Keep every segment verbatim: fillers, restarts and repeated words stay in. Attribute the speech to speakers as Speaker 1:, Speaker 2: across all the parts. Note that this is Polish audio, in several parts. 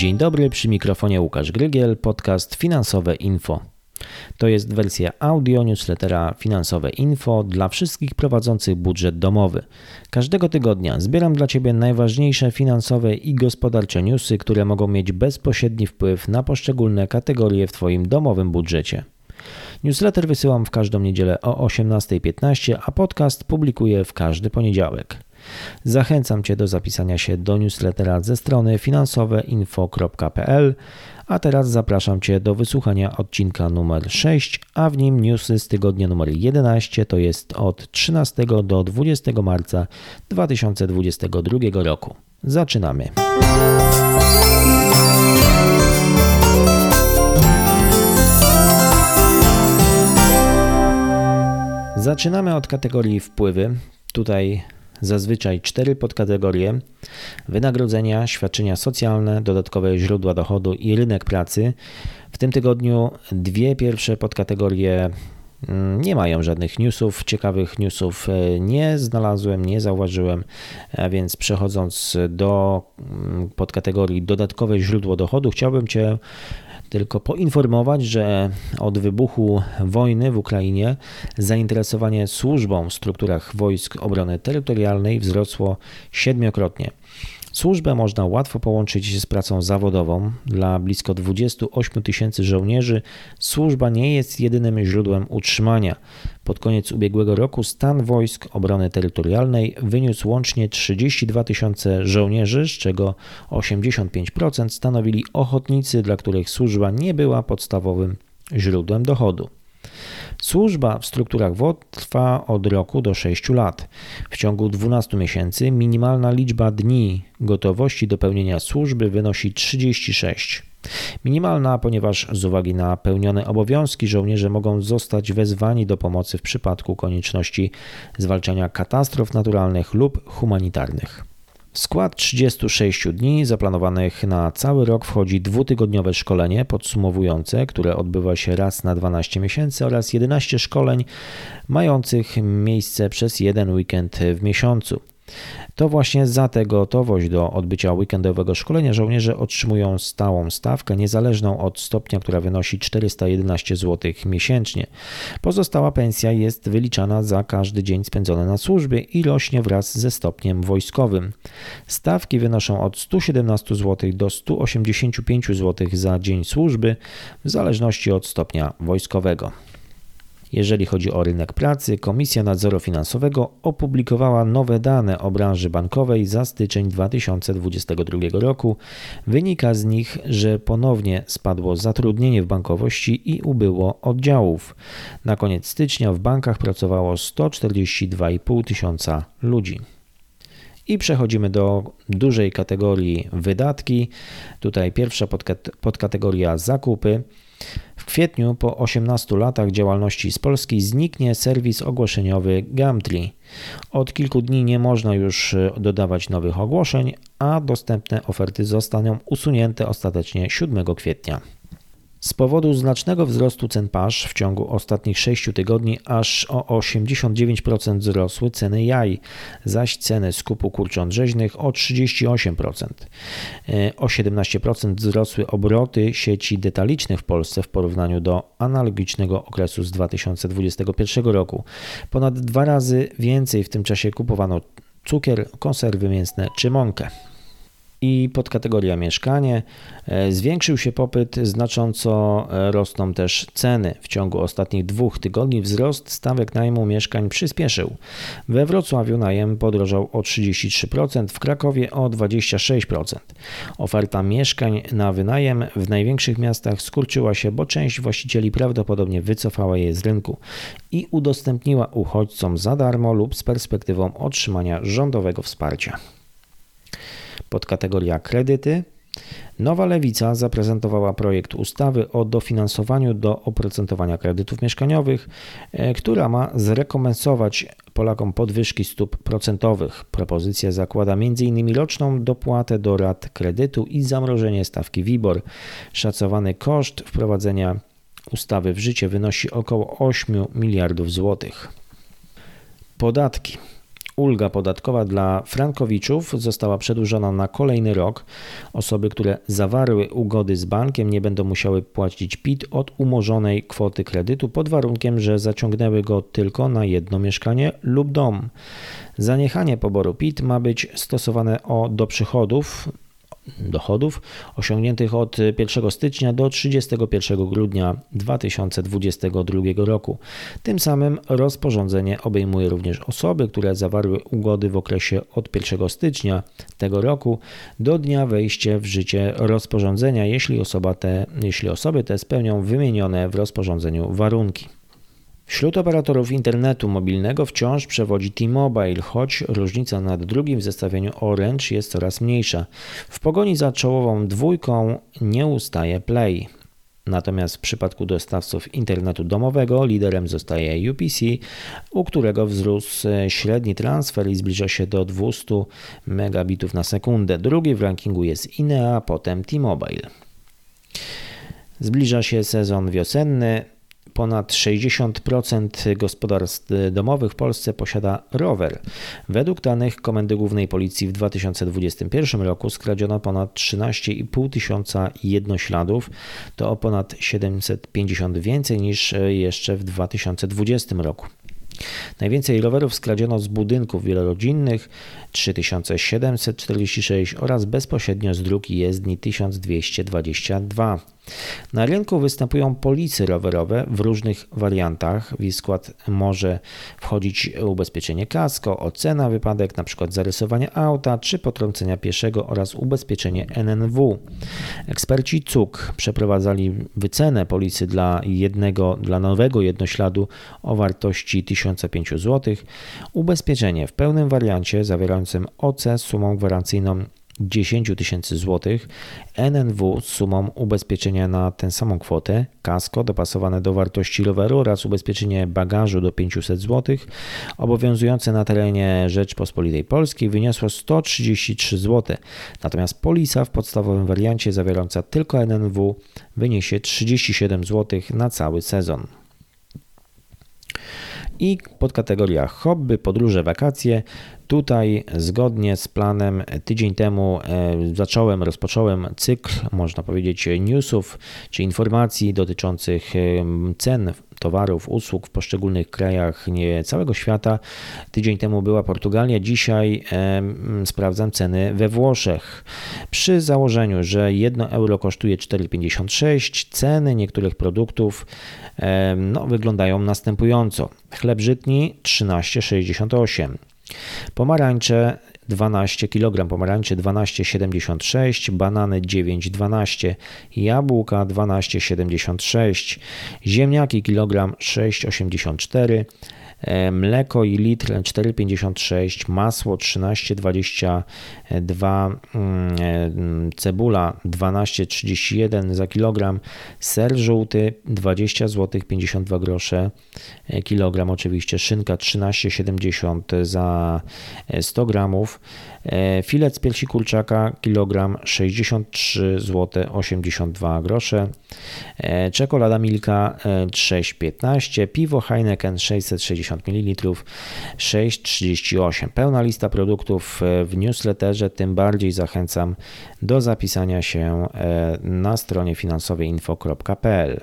Speaker 1: Dzień dobry, przy mikrofonie Łukasz Grygiel, podcast Finansowe Info. To jest wersja audio newslettera Finansowe Info dla wszystkich prowadzących budżet domowy. Każdego tygodnia zbieram dla Ciebie najważniejsze finansowe i gospodarcze newsy, które mogą mieć bezpośredni wpływ na poszczególne kategorie w Twoim domowym budżecie. Newsletter wysyłam w każdą niedzielę o osiemnasta piętnaście, a podcast publikuję w każdy poniedziałek. Zachęcam Cię do zapisania się do newslettera ze strony finansoweinfo kropka p l, a teraz zapraszam Cię do wysłuchania odcinka numer sześć, a w nim newsy z tygodnia numer jedenaście, to jest od trzynastego do dwudziestego marca dwa tysiące dwudziestego drugiego roku. Zaczynamy. Zaczynamy od kategorii wpływy. Tutaj zazwyczaj cztery podkategorie: wynagrodzenia, świadczenia socjalne, dodatkowe źródła dochodu i rynek pracy. W tym tygodniu dwie pierwsze podkategorie nie mają żadnych newsów, ciekawych newsów nie znalazłem, nie zauważyłem, a więc przechodząc do podkategorii dodatkowe źródło dochodu, chciałbym Cię tylko poinformować, że od wybuchu wojny w Ukrainie zainteresowanie służbą w strukturach Wojsk Obrony Terytorialnej wzrosło siedmiokrotnie. Służbę można łatwo połączyć z pracą zawodową. Dla blisko dwudziestu ośmiu tysięcy żołnierzy służba nie jest jedynym źródłem utrzymania. Pod koniec ubiegłego roku stan Wojsk Obrony Terytorialnej wyniósł łącznie trzydzieści dwa tysiące żołnierzy, z czego osiemdziesiąt pięć procent stanowili ochotnicy, dla których służba nie była podstawowym źródłem dochodu. Służba w strukturach W O T trwa od roku do sześciu lat. W ciągu dwunastu miesięcy minimalna liczba dni gotowości do pełnienia służby wynosi trzydzieści sześć. Minimalna, ponieważ z uwagi na pełnione obowiązki żołnierze mogą zostać wezwani do pomocy w przypadku konieczności zwalczania katastrof naturalnych lub humanitarnych. W skład trzydziestu sześciu dni zaplanowanych na cały rok wchodzi dwutygodniowe szkolenie podsumowujące, które odbywa się raz na dwanaście miesięcy, oraz jedenaście szkoleń mających miejsce przez jeden weekend w miesiącu. To właśnie za tę gotowość do odbycia weekendowego szkolenia żołnierze otrzymują stałą stawkę niezależną od stopnia, która wynosi czterysta jedenaście złotych miesięcznie. Pozostała pensja jest wyliczana za każdy dzień spędzony na służbie i rośnie wraz ze stopniem wojskowym. Stawki wynoszą od stu siedemnastu złotych do stu osiemdziesięciu pięciu złotych za dzień służby w zależności od stopnia wojskowego. Jeżeli chodzi o rynek pracy, Komisja Nadzoru Finansowego opublikowała nowe dane o branży bankowej za styczeń dwa tysiące dwudziestego drugiego roku. Wynika z nich, że ponownie spadło zatrudnienie w bankowości i ubyło oddziałów. Na koniec stycznia w bankach pracowało sto czterdzieści dwa i pół tysiąca ludzi. I przechodzimy do dużej kategorii wydatki. Tutaj pierwsza podkategoria zakupy. W kwietniu po osiemnastu latach działalności z Polski zniknie serwis ogłoszeniowy Gumtree. Od kilku dni nie można już dodawać nowych ogłoszeń, a dostępne oferty zostaną usunięte ostatecznie siódmego kwietnia. Z powodu znacznego wzrostu cen pasz w ciągu ostatnich sześciu tygodni aż o osiemdziesiąt dziewięć procent wzrosły ceny jaj, zaś ceny skupu kurcząt rzeźnych o trzydzieści osiem procent. O siedemnaście procent wzrosły obroty sieci detalicznych w Polsce w porównaniu do analogicznego okresu z dwa tysiące dwudziestego pierwszego roku. Ponad dwa razy więcej w tym czasie kupowano cukier, konserwy mięsne czy mąkę. I podkategoria mieszkanie. Zwiększył się popyt, znacząco rosną też ceny. W ciągu ostatnich dwóch tygodni wzrost stawek najmu mieszkań przyspieszył. We Wrocławiu najem podrożał o trzydzieści trzy procent, w Krakowie o dwadzieścia sześć procent. Oferta mieszkań na wynajem w największych miastach skurczyła się, bo część właścicieli prawdopodobnie wycofała je z rynku i udostępniła uchodźcom za darmo lub z perspektywą otrzymania rządowego wsparcia. Podkategoria kredyty. Nowa Lewica zaprezentowała projekt ustawy o dofinansowaniu do oprocentowania kredytów mieszkaniowych, która ma zrekompensować Polakom podwyżki stóp procentowych. Propozycja zakłada między innymi roczną dopłatę do rat kredytu i zamrożenie stawki WIBOR. Szacowany koszt wprowadzenia ustawy w życie wynosi około ośmiu miliardów złotych. Podatki. Ulga podatkowa dla frankowiczów została przedłużona na kolejny rok. Osoby, które zawarły ugody z bankiem, nie będą musiały płacić P I T od umorzonej kwoty kredytu pod warunkiem, że zaciągnęły go tylko na jedno mieszkanie lub dom. Zaniechanie poboru P I T ma być stosowane o, do przychodów dochodów osiągniętych od pierwszego stycznia do trzydziestego pierwszego grudnia dwa tysiące dwudziestego drugiego roku. Tym samym rozporządzenie obejmuje również osoby, które zawarły ugody w okresie od pierwszego stycznia tego roku do dnia wejścia w życie rozporządzenia, jeśli, osoba te, jeśli osoby te spełnią wymienione w rozporządzeniu warunki. Wśród operatorów internetu mobilnego wciąż przewodzi T-Mobile, choć różnica nad drugim w zestawieniu Orange jest coraz mniejsza. W pogoni za czołową dwójką nie ustaje Play. Natomiast w przypadku dostawców internetu domowego liderem zostaje U P C, u którego wzrósł średni transfer i zbliża się do dwieście megabitów na sekundę. Drugi w rankingu jest Inea, potem T-Mobile. Zbliża się sezon wiosenny. Ponad sześćdziesiąt procent gospodarstw domowych w Polsce posiada rower. Według danych Komendy Głównej Policji w dwa tysiące dwudziestym pierwszym roku skradziono ponad trzynaście i pół tysiąca jednośladów. To o ponad siedemset pięćdziesiąt więcej niż jeszcze w dwa tysiące dwudziestym roku. Najwięcej rowerów skradziono z budynków wielorodzinnych trzy tysiące siedemset czterdzieści sześć oraz bezpośrednio z dróg i jezdni tysiąc dwieście dwadzieścia dwa. Na rynku występują polisy rowerowe w różnych wariantach. W ich skład może wchodzić ubezpieczenie kasko, ocena wypadek, np. zarysowanie auta czy potrącenia pieszego oraz ubezpieczenie N N W. Eksperci C U K przeprowadzali wycenę polisy dla jednego, dla nowego jednośladu o wartości tysiąc pięć złotych. Ubezpieczenie w pełnym wariancie zawierającym O C z sumą gwarancyjną dziesięć tysięcy złotych, N N W z sumą ubezpieczenia na tę samą kwotę, kasko dopasowane do wartości roweru oraz ubezpieczenie bagażu do pięćset złotych, obowiązujące na terenie Rzeczpospolitej Polskiej wyniosło sto trzydzieści trzy złote, natomiast polisa w podstawowym wariancie zawierająca tylko N N W wyniesie trzydzieści siedem złotych na cały sezon. I podkategoria hobby, podróże, wakacje. Tutaj zgodnie z planem tydzień temu zacząłem, rozpocząłem cykl, można powiedzieć, newsów czy informacji dotyczących cen towarów, usług w poszczególnych krajach nie całego świata. Tydzień temu była Portugalia, dzisiaj e, sprawdzam ceny we Włoszech. Przy założeniu, że jedno euro kosztuje cztery pięćdziesiąt sześć, ceny niektórych produktów e, no, wyglądają następująco. Chleb żytni trzynaście sześćdziesiąt osiem. Pomarańcze dwanaście kilogram, pomarańcze dwanaście siedemdziesiąt sześć, banany dziewięć dwanaście, jabłka dwanaście siedemdziesiąt sześć, ziemniaki kilogram sześć osiemdziesiąt cztery, mleko i litr cztery pięćdziesiąt sześć, masło trzynaście dwadzieścia dwa, cebula dwanaście trzydzieści jeden za kilogram, ser żółty dwadzieścia złotych pięćdziesiąt dwa grosze kilogram, oczywiście szynka trzynaście siedemdziesiąt za sto gramów, filet z piersi kurczaka kilogram sześćdziesiąt trzy złote osiemdziesiąt dwa grosze, czekolada Milka sześć piętnaście, piwo Heineken sześćset sześćdziesiąt mililitrów sześć trzydzieści osiem. Pełna lista produktów w newsletterze, tym bardziej zachęcam do zapisania się na stronie finansowej info kropka p l.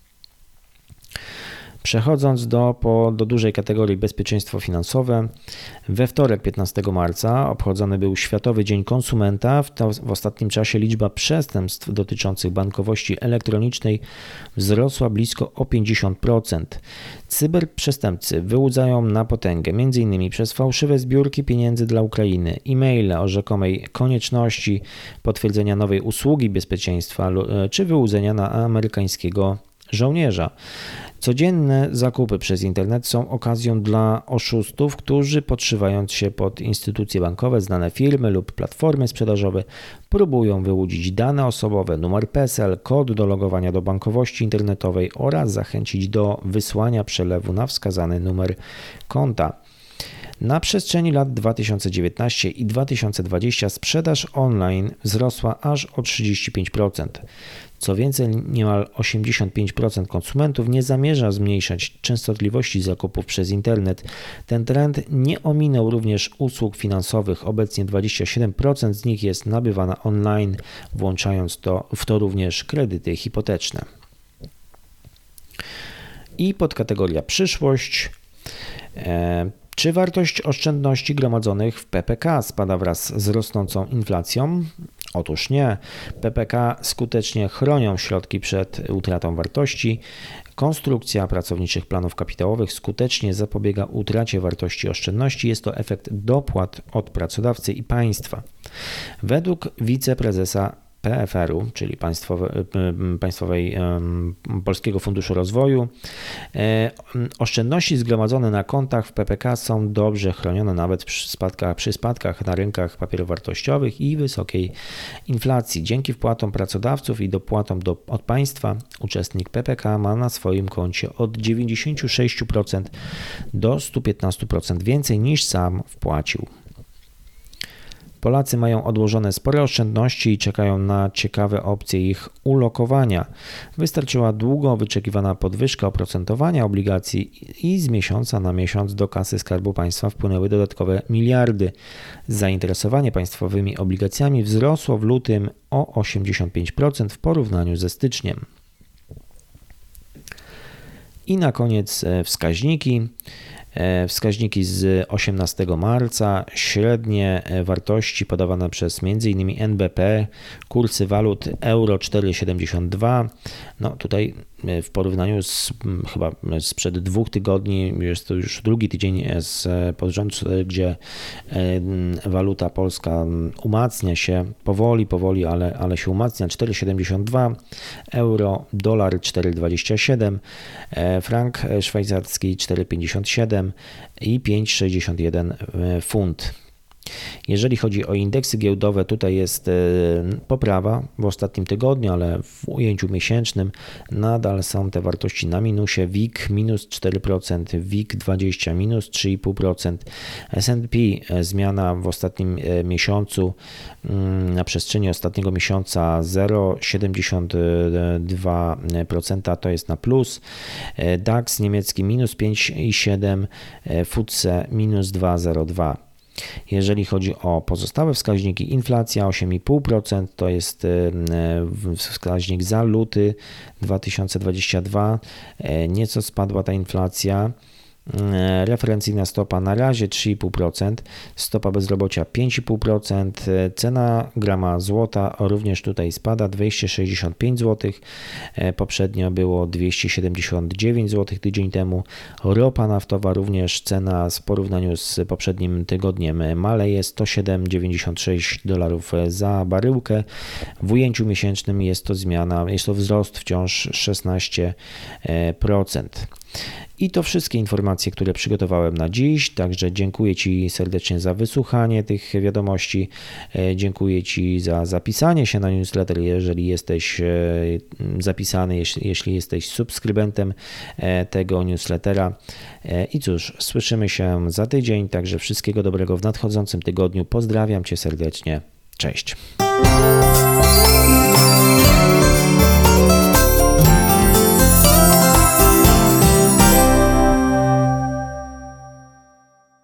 Speaker 1: Przechodząc do, po, do dużej kategorii bezpieczeństwo finansowe, we wtorek piętnastego marca obchodzony był Światowy Dzień Konsumenta. W, to, w ostatnim czasie liczba przestępstw dotyczących bankowości elektronicznej wzrosła blisko o pięćdziesiąt procent. Cyberprzestępcy wyłudzają na potęgę, m.in. przez fałszywe zbiórki pieniędzy dla Ukrainy, e-maile o rzekomej konieczności potwierdzenia nowej usługi bezpieczeństwa czy wyłudzenia na amerykańskiego żołnierza. Codzienne zakupy przez internet są okazją dla oszustów, którzy podszywając się pod instytucje bankowe, znane firmy lub platformy sprzedażowe, próbują wyłudzić dane osobowe, numer P E S E L, kod do logowania do bankowości internetowej oraz zachęcić do wysłania przelewu na wskazany numer konta. Na przestrzeni lat dwa tysiące dziewiętnasty i dwa tysiące dwudziesty sprzedaż online wzrosła aż o trzydzieści pięć procent. Co więcej, niemal osiemdziesiąt pięć procent konsumentów nie zamierza zmniejszać częstotliwości zakupów przez internet. Ten trend nie ominął również usług finansowych. Obecnie dwadzieścia siedem procent z nich jest nabywana online, włączając to, w to również kredyty hipoteczne. I podkategoria przyszłość. E, Czy wartość oszczędności gromadzonych w P P K spada wraz z rosnącą inflacją? Otóż nie. P P K skutecznie chronią środki przed utratą wartości. Konstrukcja pracowniczych planów kapitałowych skutecznie zapobiega utracie wartości oszczędności. Jest to efekt dopłat od pracodawcy i państwa. Według wiceprezesa P F R u, czyli Państwowe, Państwowej Polskiego Funduszu Rozwoju, oszczędności zgromadzone na kontach w P P K są dobrze chronione nawet przy spadkach, przy spadkach na rynkach papierów wartościowych i wysokiej inflacji. Dzięki wpłatom pracodawców i dopłatom do, od państwa uczestnik P P K ma na swoim koncie od dziewięćdziesiąt sześć procent do sto piętnaście procent więcej niż sam wpłacił. Polacy mają odłożone spore oszczędności i czekają na ciekawe opcje ich ulokowania. Wystarczyła długo wyczekiwana podwyżka oprocentowania obligacji i z miesiąca na miesiąc do kasy Skarbu Państwa wpłynęły dodatkowe miliardy. Zainteresowanie państwowymi obligacjami wzrosło w lutym o osiemdziesiąt pięć procent w porównaniu ze styczniem. I na koniec wskaźniki. Wskaźniki z osiemnastego marca, średnie wartości podawane przez między innymi N B P, kursy walut euro cztery siedemdziesiąt dwa. No tutaj w porównaniu z chyba sprzed dwóch tygodni, jest to już drugi tydzień z pod rząd, gdzie waluta polska umacnia się powoli, powoli, ale, ale się umacnia. cztery siedemdziesiąt dwa, euro, dolar cztery dwadzieścia siedem, frank szwajcarski cztery pięćdziesiąt siedem i pięć sześćdziesiąt jeden funt. Jeżeli chodzi o indeksy giełdowe, tutaj jest poprawa w ostatnim tygodniu, ale w ujęciu miesięcznym nadal są te wartości na minusie. W I K minus cztery procent, W I K dwadzieścia minus trzy i pół procent, S and P zmiana w ostatnim miesiącu, na przestrzeni ostatniego miesiąca zero przecinek siedemdziesiąt dwa procent, to jest na plus. DAX niemiecki minus pięć i siedem procent, F T S E minus dwa przecinek zero dwa procent. Jeżeli chodzi o pozostałe wskaźniki, inflacja osiem i pół procent to jest wskaźnik za luty dwa tysiące dwudziesty drugi, nieco spadła ta inflacja. Referencyjna stopa na razie trzy i pół procent, stopa bezrobocia pięć i pół procent, cena grama złota również tutaj spada, dwieście sześćdziesiąt pięć złotych, poprzednio było dwieście siedemdziesiąt dziewięć złotych tydzień temu. Ropa naftowa również cena w porównaniu z poprzednim tygodniem maleje, sto siedem przecinek dziewięćdziesiąt sześć dolarów za baryłkę. W ujęciu miesięcznym jest to zmiana, jest to wzrost wciąż szesnaście procent. I to wszystkie informacje, które przygotowałem na dziś, także dziękuję Ci serdecznie za wysłuchanie tych wiadomości, dziękuję Ci za zapisanie się na newsletter, jeżeli jesteś zapisany, jeśli, jeśli jesteś subskrybentem tego newslettera. I cóż, słyszymy się za tydzień, także wszystkiego dobrego w nadchodzącym tygodniu, pozdrawiam Cię serdecznie, cześć.